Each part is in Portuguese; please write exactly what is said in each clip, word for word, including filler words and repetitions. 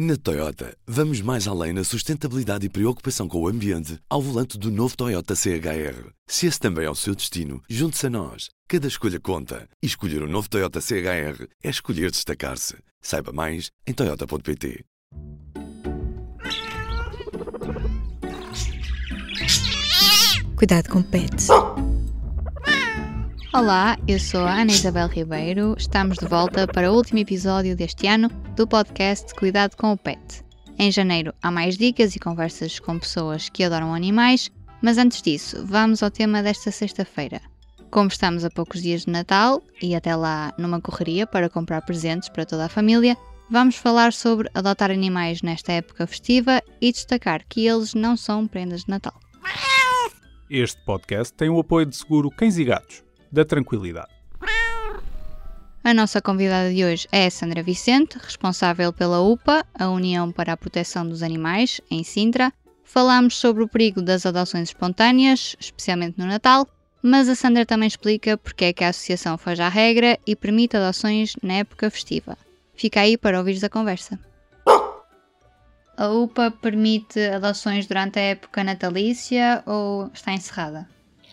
Na Toyota, vamos mais além na sustentabilidade e preocupação com o ambiente ao volante do novo Toyota C H R. Se esse também é o seu destino, junte-se a nós. Cada escolha conta. E escolher o novo Toyota C H R é escolher destacar-se. Saiba mais em toyota ponto pt. Cuidado com pets. Olá, eu sou a Ana Isabel Ribeiro. Estamos de volta para o último episódio deste ano do podcast Cuidado com o Pet. Em janeiro há mais dicas e conversas com pessoas que adoram animais, mas antes disso, vamos ao tema desta sexta-feira. Como estamos a poucos dias de Natal e até lá numa correria para comprar presentes para toda a família, vamos falar sobre adotar animais nesta época festiva e destacar que eles não são prendas de Natal. Este podcast tem o apoio de seguro Cães e Gatos, da Tranquilidade. A nossa convidada de hoje é a Sandra Vicente, responsável pela U P A, a União para a Proteção dos Animais, em Sintra. Falámos sobre o perigo das adoções espontâneas, especialmente no Natal, mas a Sandra também explica porque é que a associação faz a regra e permite adoções na época festiva. Fica aí para ouvires a conversa. A U P A permite adoções durante a época natalícia ou está encerrada?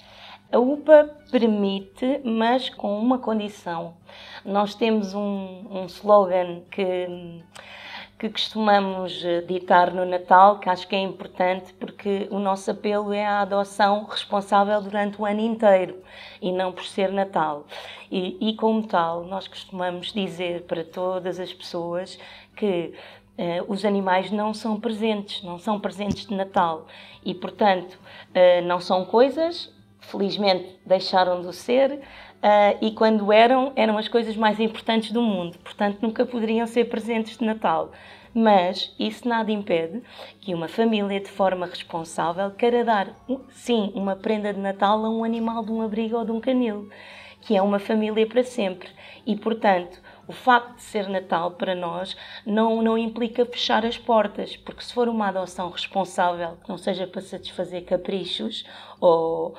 A U P A permite, mas com uma condição. Nós temos um, um slogan que, que costumamos ditar no Natal, que acho que é importante, porque o nosso apelo é a adoção responsável durante o ano inteiro e não por ser Natal. E, e como tal, nós costumamos dizer para todas as pessoas que Uh, os animais não são presentes, não são presentes de Natal e, portanto, uh, não são coisas, felizmente deixaram de ser, uh, e quando eram, eram as coisas mais importantes do mundo, portanto nunca poderiam ser presentes de Natal. Mas isso nada impede que uma família de forma responsável queira dar, sim, uma prenda de Natal a um animal de um abrigo ou de um canil, que é uma família para sempre e, portanto, o facto de ser Natal para nós não, não implica fechar as portas, porque se for uma adoção responsável, que não seja para satisfazer caprichos ou,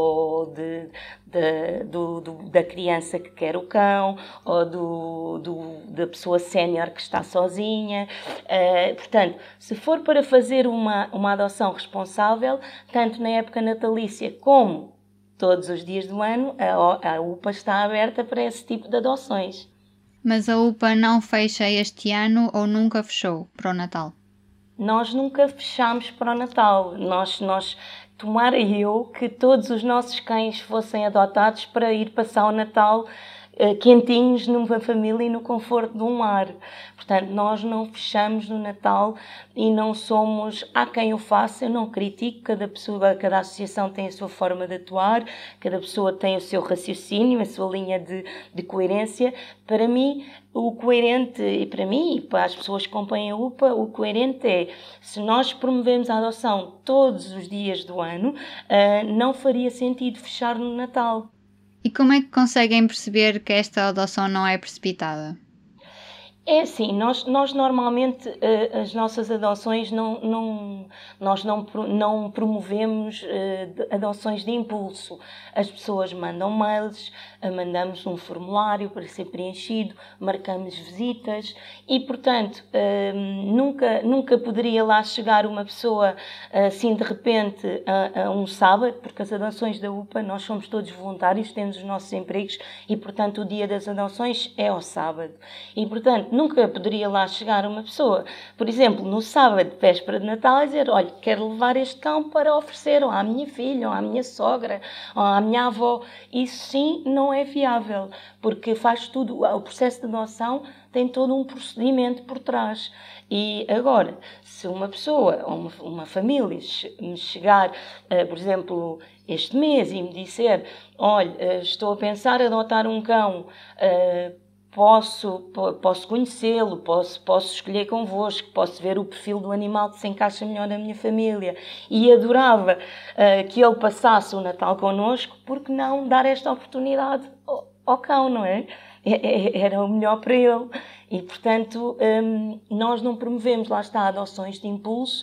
ou de, de, do, do, da criança que quer o cão ou do, do, da pessoa sénior que está sozinha, uh, portanto, se for para fazer uma, uma adoção responsável, tanto na época natalícia como todos os dias do ano, a, a U P A está aberta para esse tipo de adoções. Mas a U P A não fecha este ano ou nunca fechou para o Natal? Nós nunca fechámos para o Natal. Nós, nós tomara eu que todos os nossos cães fossem adotados para ir passar o Natal uh, quentinhos numa família e no conforto de um lar. Portanto, nós não fechamos no Natal e não somos... Há quem o faça, eu não critico, cada pessoa, cada associação tem a sua forma de atuar, cada pessoa tem o seu raciocínio, a sua linha de, de coerência. Para mim, o coerente, e para mim e para as pessoas que acompanham a U P A, o coerente é, se nós promovemos a adoção todos os dias do ano, uh, não faria sentido fechar no Natal. E como é que conseguem perceber que esta adoção não é precipitada? É assim, nós, nós normalmente uh, as nossas adoções não, não, nós não, não promovemos uh, adoções de impulso. As pessoas mandam mails, uh, mandamos um formulário para ser preenchido, marcamos visitas e, portanto, uh, nunca, nunca poderia lá chegar uma pessoa assim de repente a, a um sábado, porque as adoções da U P A, nós somos todos voluntários, temos os nossos empregos e, portanto, o dia das adoções é ao sábado. E, portanto, nunca poderia lá chegar uma pessoa, por exemplo, no sábado, véspera de Natal, a dizer, olha, quero levar este cão para oferecer ou à minha filha, ou à minha sogra, ou à minha avó. Isso sim não é viável, porque faz tudo, o processo de adoção tem todo um procedimento por trás. E agora, se uma pessoa ou uma, uma família me chegar, uh, por exemplo, este mês e me disser, olha, uh, estou a pensar em adotar um cão, uh, Posso, posso conhecê-lo, posso, posso escolher convosco, posso ver o perfil do animal que se encaixa melhor na minha família e adorava uh, que ele passasse o Natal connosco, porque não dar esta oportunidade ao, ao cão, não é? Era o melhor para ele. E, portanto, um, nós não promovemos, lá está, adoções de impulso.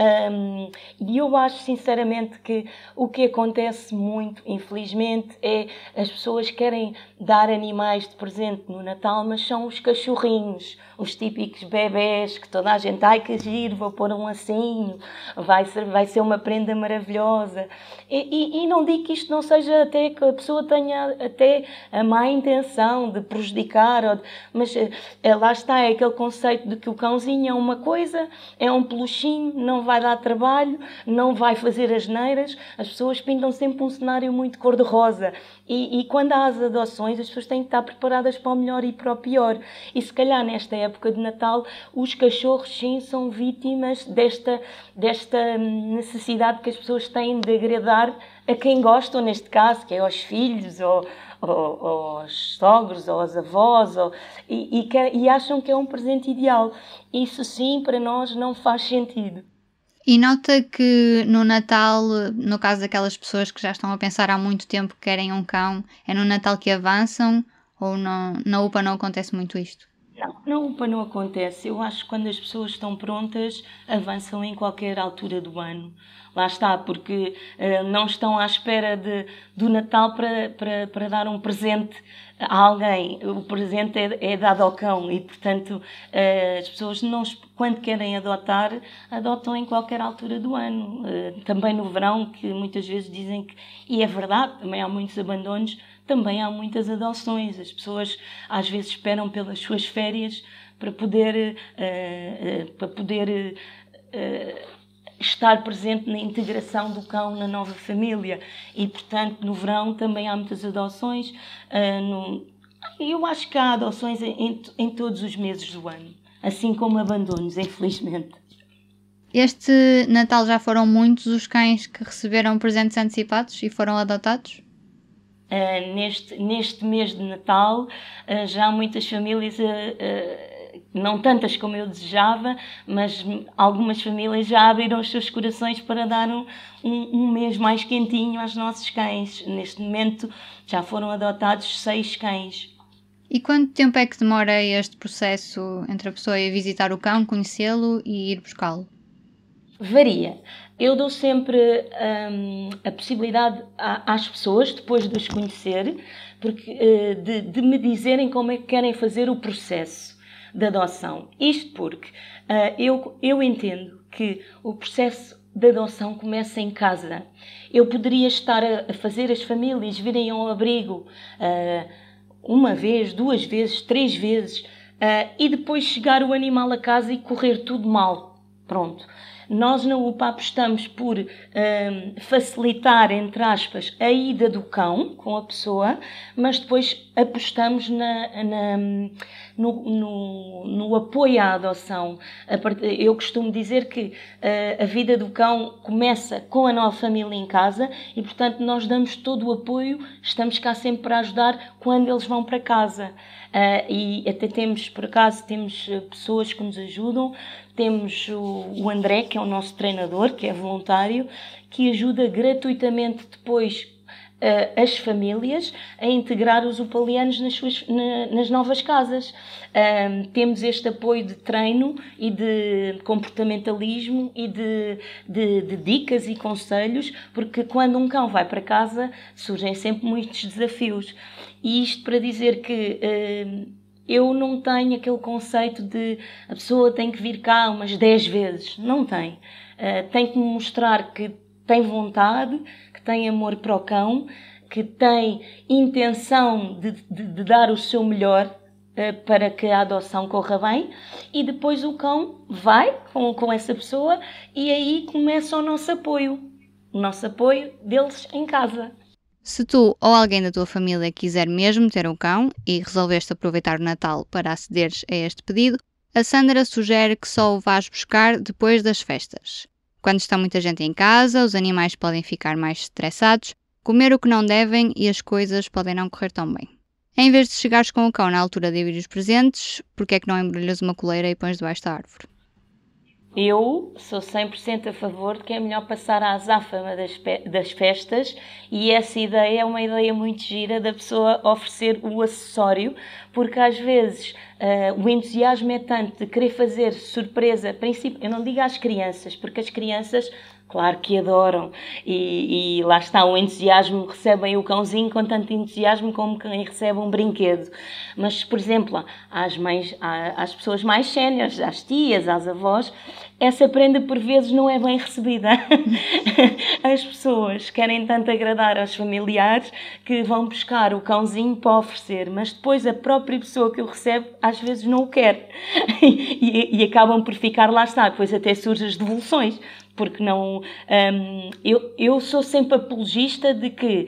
Um, e eu acho, sinceramente, que o que acontece muito, infelizmente, é as pessoas querem dar animais de presente no Natal, mas são os cachorrinhos, os típicos bebés que toda a gente, ai que giro, vou pôr um lacinho, vai ser, vai ser uma prenda maravilhosa. E, e, e não digo que isto não seja até que a pessoa tenha até a má intenção de prejudicar, ou de, mas é, lá está, é aquele conceito de que o cãozinho é uma coisa, é um peluchinho, não vai dar trabalho, não vai fazer asneiras. As pessoas pintam sempre um cenário muito cor-de-rosa. E, e quando há as adoções, as pessoas têm que estar preparadas para o melhor e para o pior. E se calhar nesta época de Natal, os cachorros sim são vítimas desta, desta necessidade que as pessoas têm de agradar a quem gostam, neste caso, que é aos filhos, ou, ou, ou aos sogros, ou aos avós, ou, e, e, que, e acham que é um presente ideal. Isso sim, para nós, não faz sentido. E nota que no Natal, no caso daquelas pessoas que já estão a pensar há muito tempo que querem um cão, é no Natal que avançam ou não, na U P A não acontece muito isto? Não, na U P A não acontece. Eu acho que quando as pessoas estão prontas, avançam em qualquer altura do ano. Lá está, porque uh, não estão à espera de, do Natal para, para, para dar um presente a alguém. O presente é, é dado ao cão e, portanto, uh, as pessoas, não, quando querem adotar, adotam em qualquer altura do ano. Uh, também no verão, que muitas vezes dizem que... E é verdade, também há muitos abandonos, também há muitas adoções. As pessoas, às vezes, esperam pelas suas férias para poder... Uh, uh, para poder uh, estar presente na integração do cão na nova família. E, portanto, no verão também há muitas adoções. Uh, no... Eu acho que há adoções em, em todos os meses do ano, assim como abandonos, infelizmente. Este Natal já foram muitos os cães que receberam presentes antecipados e foram adotados? Uh, neste, neste mês de Natal, uh, já muitas famílias... Uh, uh, não tantas como eu desejava, mas algumas famílias já abriram os seus corações para dar um, um, um mês mais quentinho aos nossos cães. Neste momento já foram adotados seis cães. E quanto tempo é que demora este processo entre a pessoa ir visitar o cão, conhecê-lo e ir buscá-lo? Varia. Eu dou sempre hum, a possibilidade às pessoas, depois de os conhecer, porque, de, de me dizerem como é que querem fazer o processo de adoção. Isto porque uh, eu, eu entendo que o processo de adoção começa em casa. Eu poderia estar a, a fazer as famílias virem ao abrigo uh, uma vez, duas vezes, três vezes uh, e depois chegar o animal a casa e correr tudo mal. Pronto. Nós na U P A apostamos por um, facilitar, entre aspas, a ida do cão com a pessoa, mas depois apostamos na, na, no, no, no apoio à adoção. Eu costumo dizer que uh, a vida do cão começa com a nova família em casa e, portanto, nós damos todo o apoio, estamos cá sempre para ajudar quando eles vão para casa. Uh, e até temos, por acaso, temos pessoas que nos ajudam. Temos o, o André, que é o nosso treinador, que é voluntário, que ajuda gratuitamente depois uh, as famílias a integrar os upalianos nas, suas, na, nas novas casas. Uh, temos este apoio de treino e de comportamentalismo e de, de, de dicas e conselhos, porque quando um cão vai para casa surgem sempre muitos desafios. E isto para dizer que... Uh, eu não tenho aquele conceito de a pessoa tem que vir cá umas dez vezes. Não tem. Uh, tem que mostrar que tem vontade, que tem amor para o cão, que tem intenção de, de, de dar o seu melhor uh, para que a adoção corra bem, e depois o cão vai com, com essa pessoa e aí começa o nosso apoio. O nosso apoio deles em casa. Se tu ou alguém da tua família quiser mesmo ter um cão e resolveste aproveitar o Natal para acederes a este pedido, a Sandra sugere que só o vás buscar depois das festas. Quando está muita gente em casa, os animais podem ficar mais estressados, comer o que não devem e as coisas podem não correr tão bem. Em vez de chegares com o cão na altura de abrir os presentes, porque é que não embrulhas uma coleira e pões debaixo da árvore? Eu sou cem por cento a favor de que é melhor passar à azáfama das, das festas, e essa ideia é uma ideia muito gira da pessoa oferecer o acessório, porque às vezes uh, o entusiasmo é tanto de querer fazer surpresa, a princípio, eu não digo às crianças, porque as crianças, claro que adoram, e, e lá está, o entusiasmo, recebem o cãozinho com tanto entusiasmo como quem recebe um brinquedo. Mas, por exemplo, às, mães, às pessoas mais séniores, às tias, às avós, essa prenda por vezes não é bem recebida. As pessoas querem tanto agradar aos familiares que vão buscar o cãozinho para oferecer, mas depois a própria pessoa que o recebe às vezes não o quer. E, e acabam por ficar, lá está, depois até surgem as devoluções. Porque não, um, eu, eu sou sempre apologista de que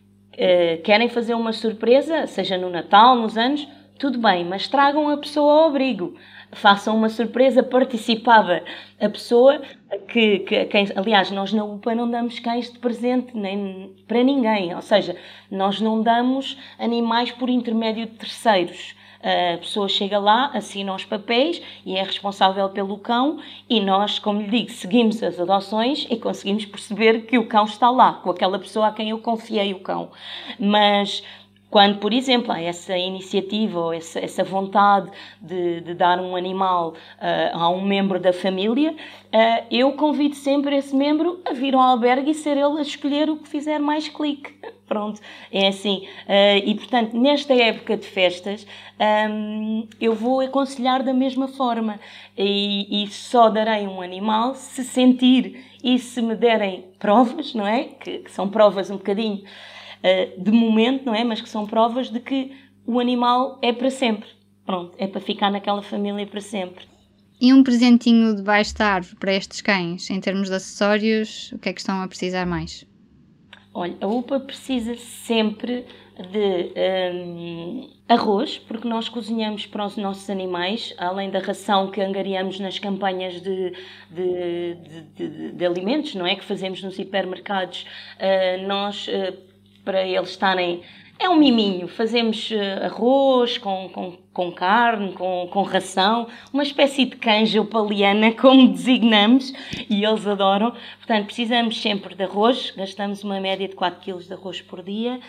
uh, querem fazer uma surpresa, seja no Natal, nos anos, tudo bem, mas tragam a pessoa ao abrigo. Façam uma surpresa participada. A pessoa que, que quem, aliás, nós na U P A não damos cães de presente nem para ninguém. Ou seja, nós não damos animais por intermédio de terceiros. A pessoa chega lá, assina os papéis e é responsável pelo cão e nós, como lhe digo, seguimos as adoções e conseguimos perceber que o cão está lá, com aquela pessoa a quem eu confiei o cão. Mas quando, por exemplo, há essa iniciativa ou essa, essa vontade de, de dar um animal uh, a um membro da família, uh, eu convido sempre esse membro a vir ao albergue e ser ele a escolher o que fizer mais clique. Pronto, é assim. Uh, e, portanto, nesta época de festas, um, eu vou aconselhar da mesma forma. E, e só darei um animal se sentir e se me derem provas, não é? Que, que são provas um bocadinho uh, de momento, não é? Mas que são provas de que o animal é para sempre. Pronto, é para ficar naquela família para sempre. E um presentinho debaixo da árvore para estes cães, em termos de acessórios, o que é que estão a precisar mais? Olha, a U P A precisa sempre de um, arroz, porque nós cozinhamos para os nossos animais, além da ração que angariamos nas campanhas de, de, de, de, de alimentos, não é? Que fazemos nos hipermercados, uh, nós, uh, para eles estarem... É um miminho, fazemos uh, arroz com, com, com carne, com, com ração, uma espécie de canja paliana, como designamos, e eles adoram. Portanto, precisamos sempre de arroz, gastamos uma média de quatro quilos de arroz por dia.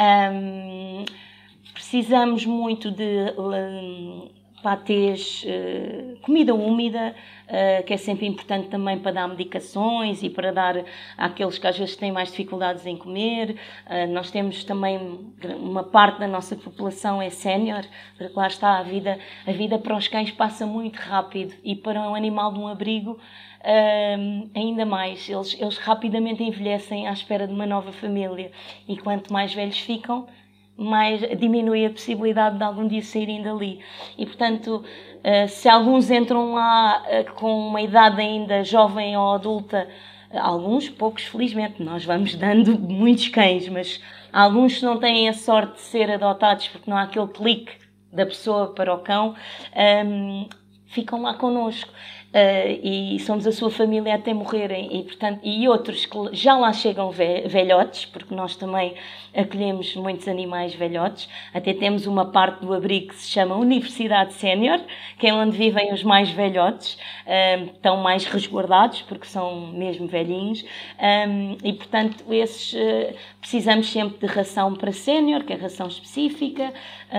Um, precisamos muito de um, patês, uh, comida úmida, uh, que é sempre importante também para dar medicações e para dar àqueles que às vezes têm mais dificuldades em comer. Uh, nós temos também, uma parte da nossa população é sénior, porque lá está, a vida, a vida para os cães passa muito rápido e para um animal de um abrigo uh, ainda mais. Eles, eles rapidamente envelhecem à espera de uma nova família e quanto mais velhos ficam, mais diminui a possibilidade de algum dia saírem dali. E, portanto, se alguns entram lá com uma idade ainda jovem ou adulta, alguns, poucos, felizmente, nós vamos dando muitos cães, mas alguns não têm a sorte de ser adotados porque não há aquele clique da pessoa para o cão, um, ficam lá connosco. Uh, e somos a sua família até morrerem e, portanto, e outros que já lá chegam velhotes, porque nós também acolhemos muitos animais velhotes, até temos uma parte do abrigo que se chama Universidade Sénior, que é onde vivem os mais velhotes, um, estão mais resguardados porque são mesmo velhinhos, um, e portanto esses uh, precisamos sempre de ração para sénior, que é ração específica,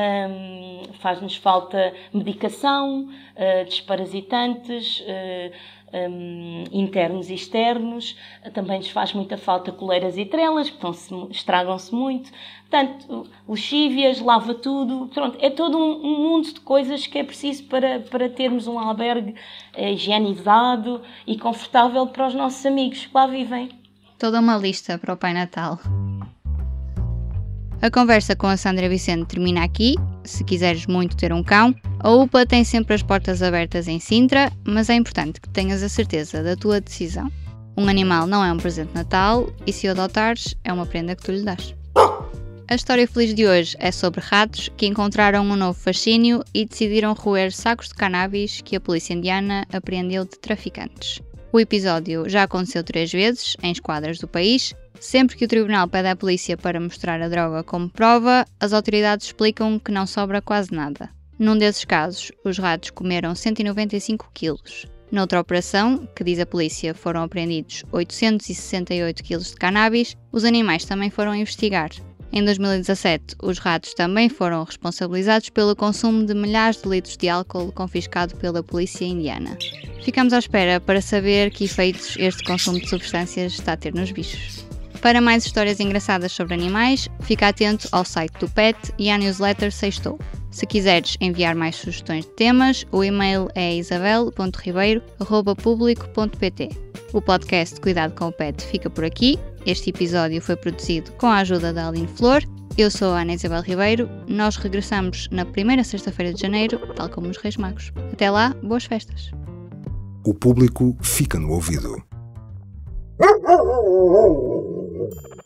um, faz-nos falta medicação, uh, desparasitantes, Uh, um, internos e externos, também nos faz muita falta coleiras e trelas, porque estragam-se muito, portanto, lexívias, lava tudo, pronto, é todo um, um mundo de coisas que é preciso para, para termos um albergue uh, higienizado e confortável para os nossos amigos que lá vivem. Toda uma lista para o Pai Natal. A conversa com a Sandra Vicente termina aqui. Se quiseres muito ter um cão, a U P A tem sempre as portas abertas em Sintra, mas é importante que tenhas a certeza da tua decisão. Um animal não é um presente de Natal e se o adotares, é uma prenda que tu lhe dás. A história feliz de hoje é sobre ratos que encontraram um novo fascínio e decidiram roer sacos de cannabis que a polícia indiana apreendeu de traficantes. O episódio já aconteceu três vezes, em esquadras do país. Sempre que o tribunal pede à polícia para mostrar a droga como prova, as autoridades explicam que não sobra quase nada. Num desses casos, os ratos comeram cento e noventa e cinco quilos. Noutra operação, que diz a polícia foram apreendidos oitocentos e sessenta e oito quilos de cannabis, os animais também foram investigar. Em dois mil e dezassete, os ratos também foram responsabilizados pelo consumo de milhares de litros de álcool confiscado pela polícia indiana. Ficamos à espera para saber que efeitos este consumo de substâncias está a ter nos bichos. Para mais histórias engraçadas sobre animais, fica atento ao site do Pet e à newsletter Sextou. Se quiseres enviar mais sugestões de temas, o e-mail é isabel ponto ribeiro arroba publico ponto pt. O podcast Cuidado com o Pet fica por aqui. Este episódio foi produzido com a ajuda da Aline Flor. Eu sou a Ana Isabel Ribeiro. Nós regressamos na primeira sexta-feira de janeiro, tal como os Reis Magos. Até lá, boas festas. O público fica no ouvido.